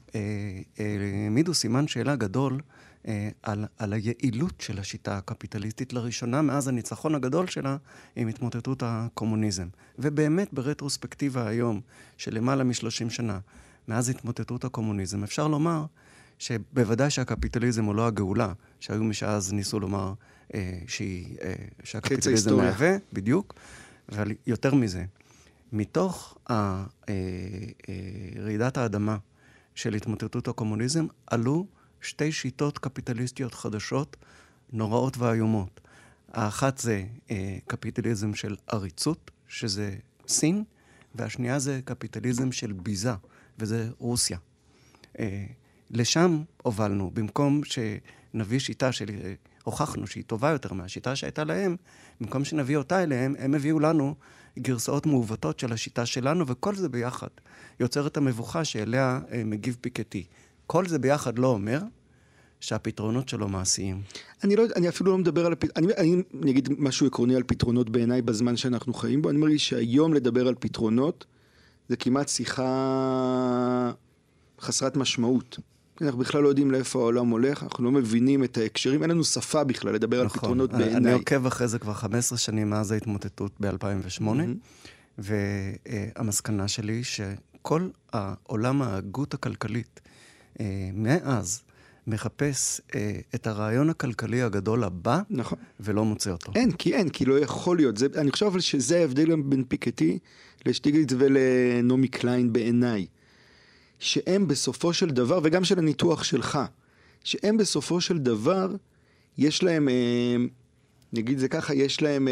C: העמידו סימן שאלה גדול על, על היעילות של השיטה הקפיטליסטית לראשונה מאז הניצחון הגדול שלה עם התמוטטות הקומוניזם. ובאמת ברטרוספקטיבה היום של למעלה משלושים שנה, מאז התמוטטות הקומוניזם, אפשר לומר שבוודאי שהקפיטליזם הוא לא הגאולה, שהיו מי שאז ניסו לומר אה, שהיא, אה, שהקפיטליזם מהווה, בדיוק, אבל יותר מזה, מתוך ה, אה, אה, רעידת האדמה של התמוטטות הקומוניזם, עלו שתי שיטות קפיטליסטיות חדשות, נוראות ואיומות. האחת זה אה, קפיטליזם של עריצות, שזה סין, והשנייה זה קפיטליזם של ביזה, וזה רוסיה. אה, לשם הובלנו, במקום שנביא שיטה שהוכחנו שהיא טובה יותר מהשיטה שהייתה להם, במקום שנביא אותה אליהם, הם הביאו לנו גרסאות מעוותות של השיטה שלנו, וכל זה ביחד יוצר את המבוכה שאליה מגיב פיקטי. כל זה ביחד לא אומר שהפתרונות שלו מעשיים. אני, לא,
B: אני אפילו לא מדבר על... אני, אני, אני אגיד משהו עקרוני על פתרונות בעיניי בזמן שאנחנו חיים בו. אני אומר לי שהיום לדבר על פתרונות זה כמעט שיחה חסרת משמעות. אנחנו בכלל לא יודעים לאיפה העולם הולך, אנחנו לא מבינים את ההקשרים, אין לנו שפה בכלל לדבר נכון, על פתרונות בעיניי.
C: אני עוקב אחרי זה כבר חמש עשרה שנים מאז ההתמוטטות ב-אלפיים ושמונה, mm-hmm. והמסקנה שלי שכל העולם ההגות הכלכלית מאז מחפש את הרעיון הכלכלי הגדול הבא, נכון. ולא מוצא אותו.
B: אין, כי אין, כי לא יכול להיות. זה, אני חושב שזה ההבדל בין פיקטי לשטיגליץ ולנעמי קליין בעיניי. שהם בסופו של דבר, וגם של הניתוח שלך, שהם בסופו של דבר, יש להם, נגיד זה ככה, יש להם,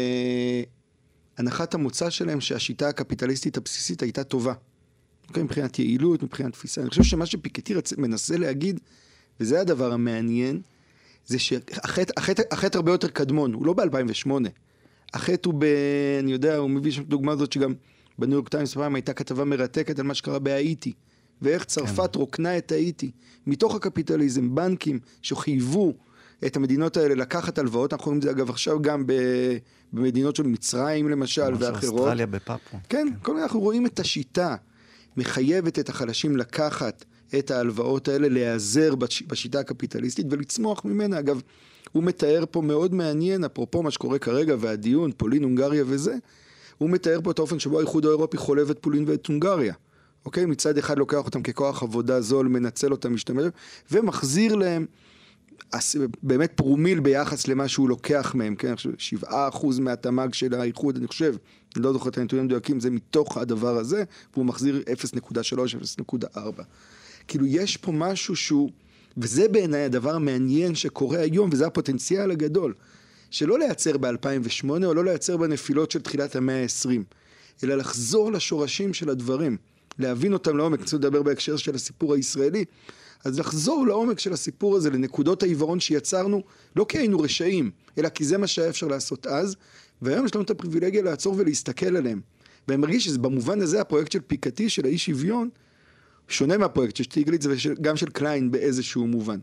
B: הנחת המוצא שלהם שהשיטה הקפיטליסטית הבסיסית הייתה טובה. אוקיי? מבחינת יעילות, מבחינת תפיסה. אני חושב שמה שפיקטי מנסה להגיד, וזה הדבר המעניין, זה שהחטא הרבה יותר קדמון, הוא לא ב-אלפיים ושמונה. החטא הוא ב... אני יודע, הוא מביא שם דוגמה הזאת שגם בניו יורק טיימס פעם הייתה כתבה מרתקת על מה שקרה בהאיטי. ואיך צרפת כן. רוקנה את האיטי. מתוך הקפיטליזם, בנקים שחייבו את המדינות האלה לקחת הלוואות, אנחנו רואים את זה אגב עכשיו גם במדינות של מצרים למשל ואחרות.
C: אוסטרליה בפאפו.
B: כן, כל מיני אנחנו רואים את השיטה, מחייבת את החלשים לקחת את ההלוואות האלה, להיעזר בש, בשיטה הקפיטליסטית ולצמוח ממנה. אגב, הוא מתאר פה מאוד מעניין, אפרופו מה שקורה כרגע והדיון, פולין, הונגריה וזה, הוא מתאר פה את האופן שבו האיחוד האירופי חולב את פולין ואת הונגריה. אוקיי? מצד אחד לוקח אותם ככוח עבודה זול, מנצל אותם, משתמש, ומחזיר להם באמת פרומיל ביחס למה שהוא לוקח מהם, כן? שבעה אחוז מהתמ"ג של האיחוד, אני חושב, אני לא זוכר את הנתונים מדויקים, זה מתוך הדבר הזה, והוא מחזיר אפס נקודה שלוש, אפס נקודה ארבע. כאילו יש פה משהו שהוא וזה בעיניי הדבר המעניין שקורה היום, וזה הפוטנציאל הגדול, שלא לייצר ב-אלפיים ושמונה, או לא לייצר בנפילות של תחילת המאה ה-עשרים, אלא לחזור לשורשים של הדברים, להבין אותם לעומק, צריך לדבר בהקשר של הסיפור הישראלי, אז לחזור לעומק של הסיפור הזה, לנקודות העיוורון שיצרנו, לא כי היינו רשעים, אלא כי זה מה שהיה אפשר לעשות אז, והיום יש לנו את הפריבילגיה לעצור ולהסתכל עליהם. ואני מרגיש שבמובן הזה הפרויקט של פיקתי, של האי שוויון, שונה מהפרויקט של שטיגליץ וגם של קליין באיזשהו מובן.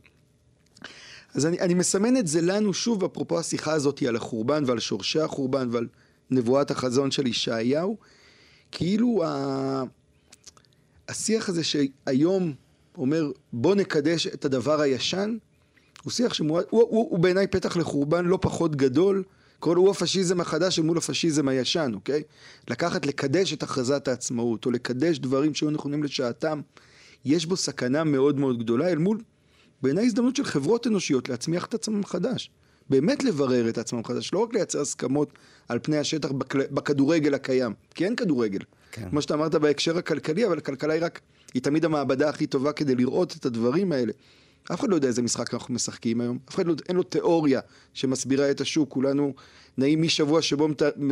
B: אז אני, אני מסמן את זה לנו שוב, אפרופו השיחה הזאת על החורבן ועל שורשי החורבן ועל נבואת החזון של ישעיהו, כאילו ה... השיח הזה שהיום אומר בוא נקדש את הדבר הישן, הוא שיח שמועד, הוא, הוא, הוא בעיניי פתח לחורבן לא פחות גדול, כל הוא הפשיזם החדש מול הפשיזם הישן, אוקיי? לקחת, לקדש את הכרזת העצמאות, או לקדש דברים שהיו נכונים לשעתם, יש בו סכנה מאוד מאוד גדולה, אל מול, בעיניי הזדמנות של חברות אנושיות להצמיח את עצמם חדש. באמת לברר את עצמם חדש, לא רק לייצר הסכמות על פני השטח בכדורגל הקיים, כי אין כדורגל. כן. כמו שאתה אמרת בהקשר הכלכלי, אבל הכלכלה היא רק, היא תמיד המעבדה הכי טובה כדי לראות את הדברים האלה. אף אחד לא יודע איזה משחק אנחנו משחקים היום, אף אחד לא, אין לו תיאוריה שמסבירה את השוק, כולנו נעים משבוע שבו,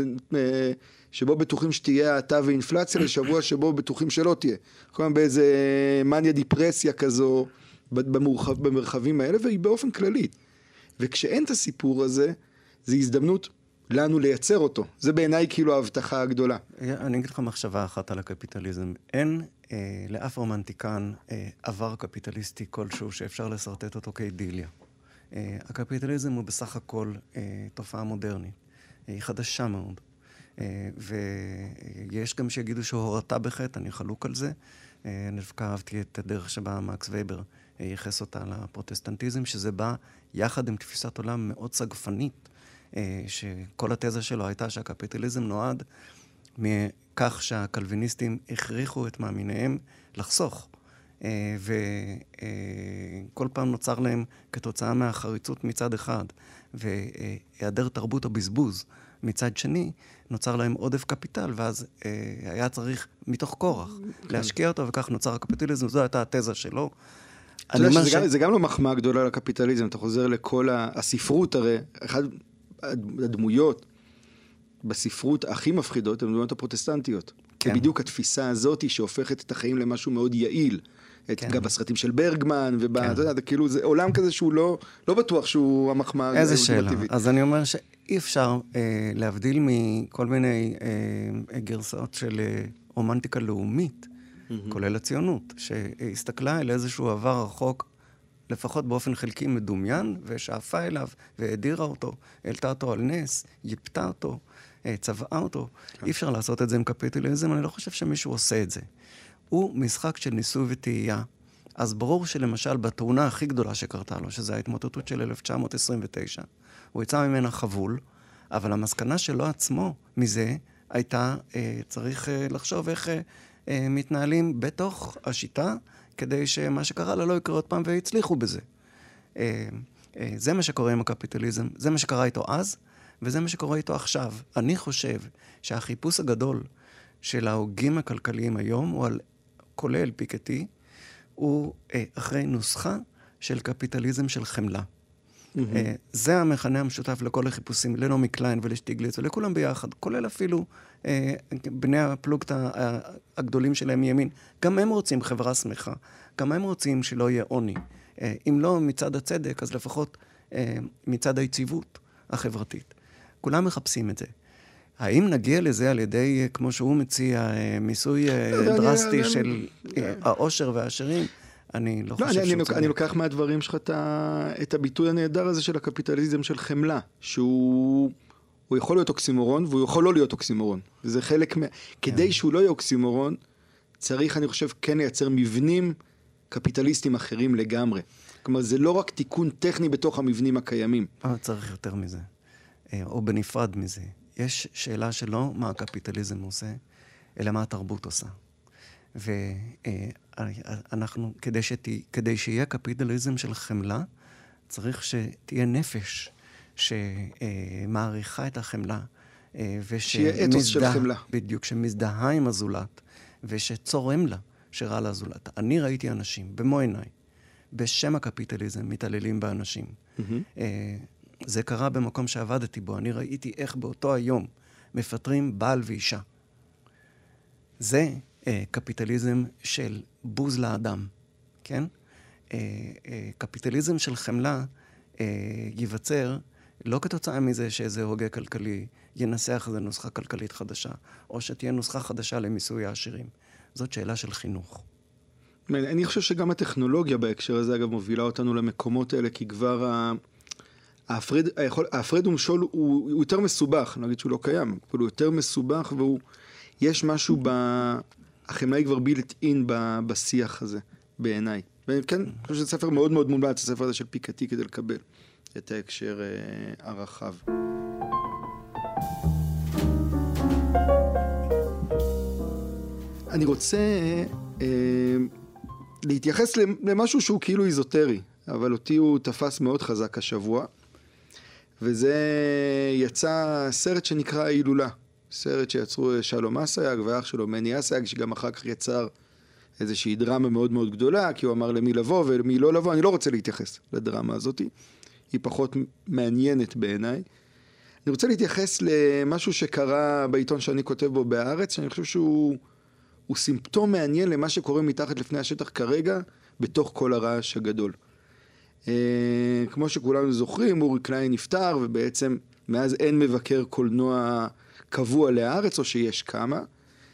B: שבו בטוחים שתהיה האטה ואינפלציה, לשבוע שבו בטוחים שלא תהיה. כלומר באיזה מניה דיפרסיה כזו במרחב, במרחבים האלה, והיא באופן כללי. וכשאין את הסיפור הזה, זו הזדמנות לנו לייצר אותו. זה בעיניי כאילו ההבטחה הגדולה.
C: אני אגיד לך מחשבה אחת על הקפיטליזם. אין אה, לאף רומנטיקן אה, עבר קפיטליסטי כלשהו שאפשר לסרטט אותו כאידיליה. אה, הקפיטליזם הוא בסך הכל אה, תופעה מודרנית. אה, היא חדשה מאוד. אה, ויש גם שיגידו שהוא הורתה בחטא, אני חלוק על זה. אה, אני דווקא אהבתי את הדרך שבה מקס וייבר אה, ייחס אותה לפרוטסטנטיזם, שזה בא יחד עם תפיסת עולם מאוד סגפנית, שכל התזה שלו הייתה שהקפיטליזם נועד מכך שהקלוויניסטים הכריחו את מאמיניהם לחסוך. וכל פעם נוצר להם כתוצאה מהחריצות מצד אחד, והיעדר תרבות או בזבוז מצד שני, נוצר להם עודף קפיטל, ואז היה צריך מתוך כורח להשקיע אותו, וכך נוצר הקפיטליזם. זו הייתה התזה שלו.
B: אתה יודע שזה גם, זה גם לא מחמאה גדולה לקפיטליזם, אתה חוזר לכל הספרות, הרי אחד הדמויות בספרות הכי מפחידות הן הדמויות הפרוטסטנטיות. כן. בדיוק התפיסה הזאת שהופכת את החיים למשהו מאוד יעיל. כן. גם בסרטים של ברגמן, ובא, כן. אתה יודע, כאילו זה עולם כזה שהוא לא, לא בטוח שהוא המחמאה.
C: איזה שאלה. אז אני אומר שאי אפשר אה, להבדיל מכל מיני אה, גרסאות של אה, רומנטיקה לאומית, כולל הציונות, שהסתכלה אל איזשהו עבר רחוק, לפחות באופן חלקי מדומיין, ושאפה אליו, והדירה אותו, העלתה אותו על נס, ייפתה אותו, צבעה אותו. כן. אי אפשר לעשות את זה עם קפיטליזם, אני לא חושב שמישהו עושה את זה. הוא משחק של ניסוי וטעייה. אז ברור שלמשל בתאונה הכי גדולה שקרתה לו, שזו ההתמוטטות של אלף תשע מאות עשרים ותשע, הוא יצא ממנה חבול, אבל המסקנה שלו עצמו מזה הייתה, אה, צריך אה, לחשוב איך אה, מתנהלים בתוך השיטה, כדי שמה שקרה לה לא יקרה עוד פעם והצליחו בזה. זה מה שקורה עם הקפיטליזם, זה מה שקרה איתו אז, וזה מה שקורה איתו עכשיו. אני חושב שהחיפוש הגדול של ההוגים הכלכליים היום, הוא על, כולל פיקטי, הוא אחרי נוסחה של קפיטליזם של חמלה. Mm-hmm. זה המכנה המשותף לכל החיפושים, לנעמי קליין ולשטיגליץ, ולכולם ביחד, כולל אפילו אה, בני הפלוגתא הגדולים שלהם מימין. גם הם רוצים חברה שמחה, גם הם רוצים שלא יהיה עוני. אה, אם לא מצד הצדק, אז לפחות אה, מצד היציבות החברתית. כולם מחפשים את זה. האם נגיע לזה על ידי, כמו שהוא מציע, אה, מיסוי אה, דרסטי של אה, העושר והעשירים? אני לא חושב שהוא צודק.
B: אני לוקח מהדברים שלך את הביטוי הנהדר הזה של הקפיטליזם של חמלה, שהוא יכול להיות אוקסימורון, והוא יכול לא להיות אוקסימורון. זה חלק מה... כדי שהוא לא יהיה אוקסימורון, צריך, אני חושב, כן לייצר מבנים קפיטליסטיים אחרים לגמרי. כלומר, זה לא רק תיקון טכני בתוך המבנים הקיימים.
C: אבל צריך יותר מזה, או בנפרד מזה. יש שאלה שלא מה הקפיטליזם עושה, אלא מה התרבות עושה. ואנחנו, כדי, שתי, כדי שיהיה קפיטליזם של חמלה, צריך שתהיה נפש שמעריכה את החמלה,
B: שיהיה אתוס של חמלה.
C: בדיוק, שמזדהה עם הזולת, ושצורם לה שרע לזולת. אני ראיתי אנשים, במו עיניי, בשם הקפיטליזם מתעללים באנשים. Mm-hmm. זה קרה במקום שעבדתי בו. אני ראיתי איך באותו היום מפטרים בעל ואישה. זה אה, קפיטליזם של בוז לאדם, כן? אה, אה, קפיטליזם של חמלה אה, ייווצר לא כתוצאה מזה שאיזה הוגה כלכלי ינסח איזו נוסחה כלכלית חדשה, או שתהיה נוסחה חדשה למיסוי העשירים. זאת שאלה של חינוך.
B: אני חושב שגם הטכנולוגיה בהקשר הזה, אגב, מובילה אותנו למקומות האלה, כי כבר ה... ההפרד, היכול, ההפרד ומשול הוא, הוא יותר מסובך, נגיד שהוא לא קיים, אבל הוא יותר מסובך, והוא, יש משהו ב... החמלה היא כבר בילט אין ב, בשיח הזה, בעיניי. וכן, אני חושב שזה ספר מאוד מאוד מומלץ, הספר הזה של פיקטי, כדי לקבל את ההקשר אה, הרחב. אני רוצה אה, להתייחס למשהו שהוא כאילו איזוטרי, אבל אותי הוא תפס מאוד חזק השבוע, וזה יצא סרט שנקרא הילולה. סרט שיצרו שלום אסייג ואח שלו מני אסייג, שגם אחר כך יצר איזושהי דרמה מאוד מאוד גדולה, כי הוא אמר למי לבוא ולמי לא לבוא. אני לא רוצה להתייחס לדרמה הזאת, היא פחות מעניינת בעיניי. אני רוצה להתייחס למשהו שקרה בעיתון שאני כותב בו בהארץ, שאני חושב שהוא הוא סימפטום מעניין למה שקורה מתחת לפני השטח כרגע, בתוך כל הרעש הגדול. אה, כמו שכולנו זוכרים, אורי קליין נפטר, ובעצם מאז אין מבקר קולנוע קבוע לארץ, או שיש כמה.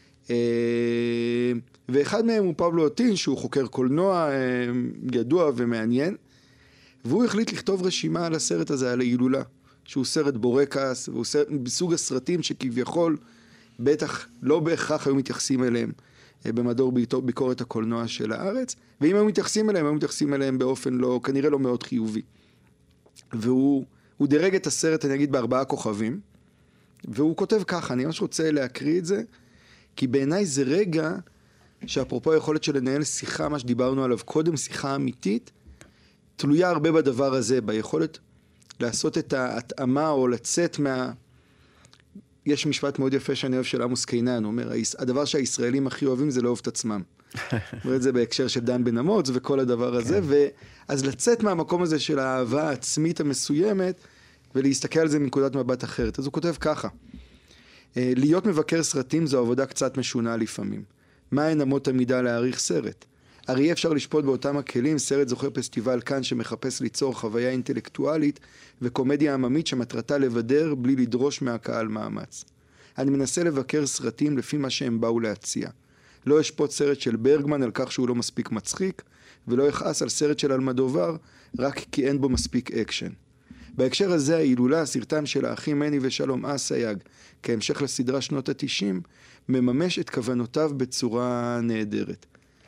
B: אה, ואחד מהם הוא פבלו אוטין, שהוא חוקר קולנוע אה, ידוע ומעניין, והוא החליט לכתוב רשימה על הסרט הזה, על ההילולה, שהוא סרט בורקס, והוא סרט בסוג הסרטים שכביכול, בטח לא בהכרח היו מתייחסים אליהם במדור ביקורת הקולנוע של הארץ, ואם היו מתייחסים אליהם, היו מתייחסים אליהם באופן לא, כנראה לא מאוד חיובי. והוא הוא דירג את הסרט, אני אגיד, בארבעה כוכבים, והוא כותב ככה, אני ממש רוצה להקריא את זה, כי בעיניי זה רגע שאפרופו היכולת של לנהל שיחה, מה שדיברנו עליו קודם, שיחה אמיתית, תלויה הרבה בדבר הזה, ביכולת לעשות את ההתאמה או לצאת מה... יש משפט מאוד יפה שאני אוהב של עמוס קינן, הוא אומר, הדבר שהישראלים הכי אוהבים זה לאהוב את עצמם. אומר את זה בהקשר של דן בן אמוץ וכל הדבר הזה, ואז לצאת מהמקום הזה של האהבה העצמית המסוימת, ולהסתכל על זה מנקודת מבט אחרת. אז הוא כותב ככה, להיות מבקר סרטים זו עבודה קצת משונה לפעמים. מהן אמות המידה להעריך סרט? הרי אפשר לשפוט באותם הכלים סרט זוכר פסטיבל כאן שמחפש ליצור חוויה אינטלקטואלית וקומדיה עממית שמטרתה לבדר בלי לדרוש מהקהל מאמץ. אני מנסה לבקר סרטים לפי מה שהם באו להציע. לא אשפוט סרט של ברגמן על כך שהוא לא מספיק מצחיק, ולא אכעס על סרט של אלמדובר רק כי אין בו מספיק אקשן. בהקשר הזה ההילולה, סרטם של האחים מני ושלום אסייג, כהמשך לסדרה שנות ה-תשעים, מממש את כוונותיו בצורה נהדרת.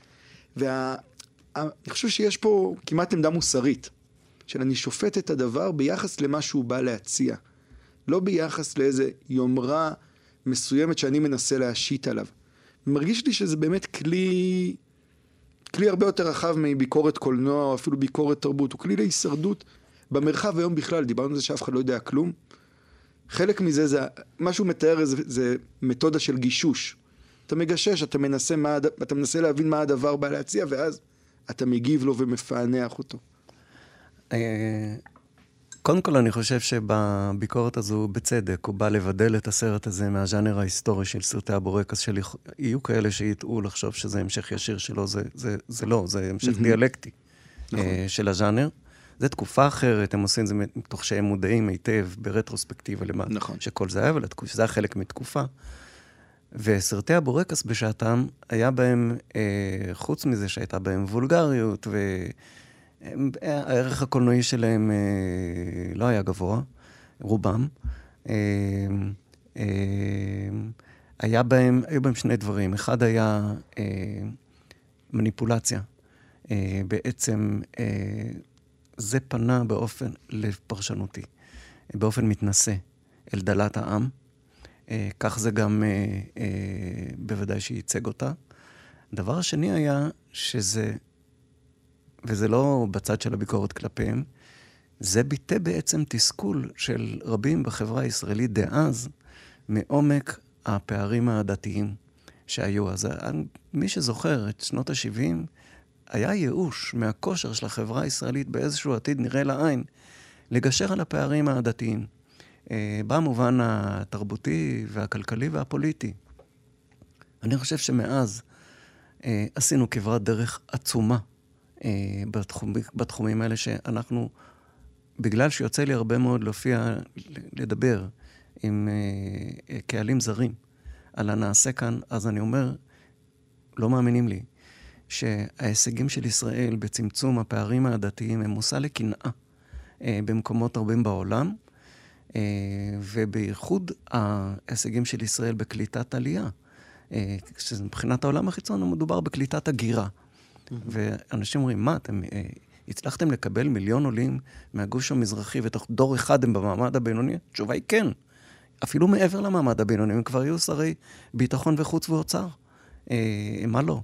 B: ואני חושב שיש פה כמעט עמדה מוסרית, של אני שופט את הדבר ביחס למה שהוא בא להציע, לא ביחס לאיזה יומרה מסוימת שאני מנסה להשית עליו. מרגיש לי שזה באמת כלי, כלי הרבה יותר רחב מביקורת קולנוע או אפילו ביקורת תרבות, הוא כלי להישרדות במרחב היום בכלל. דיברנו על זה שאף אחד לא יודע כלום. חלק מזה, זה, מה שהוא מתאר זה, זה מתודה של גישוש. אתה מגשש, אתה מנסה, מה, אתה מנסה להבין מה הדבר בא להציע, ואז אתה מגיב לו ומפענח אותו.
C: קודם כל אני חושב שבביקורת הזו בצדק, הוא בא לבדל את הסרט הזה מהז'אנר ההיסטורי של סרטי הבורקס, שיהיו כאלה שיטעו לחשוב שזה המשך ישיר שלו, זה, זה, זה לא, זה המשך דיאלקטי של הז'אנר. זה תקופה אחרת, הם עושים את זה מתוך שהם מודעים היטב ברטרוספקטיבה למה שכל זה היה, שזה היה חלק מתקופה. וסרטי הבורקס בשעתם היה בהם, אה, חוץ מזה שהייתה בהם וולגריות, והערך הקולנועי שלהם אה, לא היה גבוה, רובם. אה, אה, היה בהם, היו בהם שני דברים. אחד היה אה, מניפולציה. אה, בעצם אה, זה פנה באופן לפרשנותי, באופן מתנשא אל דלת העם. כך זה גם אה, אה, בוודאי שייצג אותה. הדבר השני היה שזה, וזה לא בצד של הביקורת כלפיהם, זה ביטא בעצם תסכול של רבים בחברה הישראלית דאז, מעומק הפערים הדתיים שהיו. אז מי שזוכר את שנות ה-שבעים, היה ייאוש מהכושר של החברה הישראלית באיזשהו עתיד נראה לעין, לגשר על הפערים העדתיים, במובן התרבותי והכלכלי והפוליטי. אני חושב שמאז עשינו כברת דרך עצומה בתחום, בתחומים האלה שאנחנו, בגלל שיוצא לי הרבה מאוד להופיע, לדבר עם קהלים זרים על הנעשה כאן, אז אני אומר, לא מאמינים לי, שההישגים של ישראל בצמצום הפערים העדתיים הם מושא לקנאה במקומות רבים בעולם, ובייחוד ההישגים של ישראל בקליטת עלייה. מבחינת העולם החיצון מדובר בקליטת הגירה. ואנשים אומרים, מה, אתם הצלחתם לקבל מיליון עולים מהגוש המזרחי, ותוך דור אחד הם במעמד הבינוני? התשובה היא כן. אפילו מעבר למעמד הבינוני, הם כבר יהיו שרי ביטחון וחוץ ואוצר. מה לא?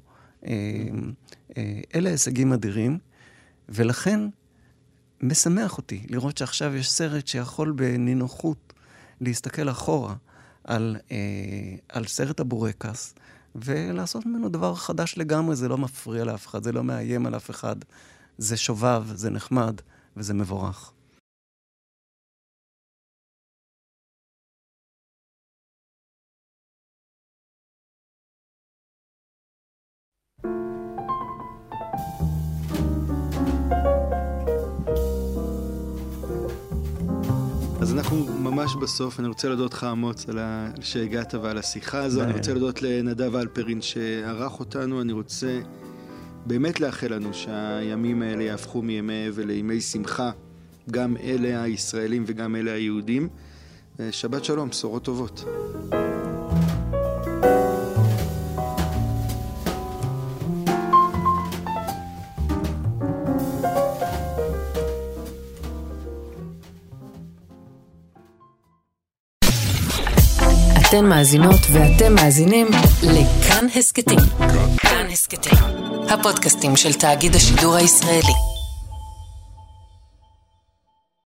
C: אלה הישגים אדירים, ולכן משמח אותי לראות שעכשיו יש סרט שיכול בנינוחות להסתכל אחורה על, על סרט הבורקס, ולעשות ממנו דבר חדש לגמרי. זה לא מפריע לאף אחד, זה לא מאיים על אף אחד, זה שובב, זה נחמד, וזה מבורך.
B: אז אנחנו ממש בסוף. אני רוצה להודות לך, אמוץ, על ה... שהגעת ועל השיחה הזו. אני רוצה להודות לנדב אלפרין שערך אותנו. אני רוצה באמת לאחל לנו שהימים האלה יהפכו מימי אבל לימי שמחה, גם אלה הישראלים וגם אלה היהודים. שבת שלום, בשורות טובות.
A: אתן מאזינות ואתם מאזינים לכאן הסקטים. כאן הסקטים, הפודקאסטים של תאגיד השידור הישראלי.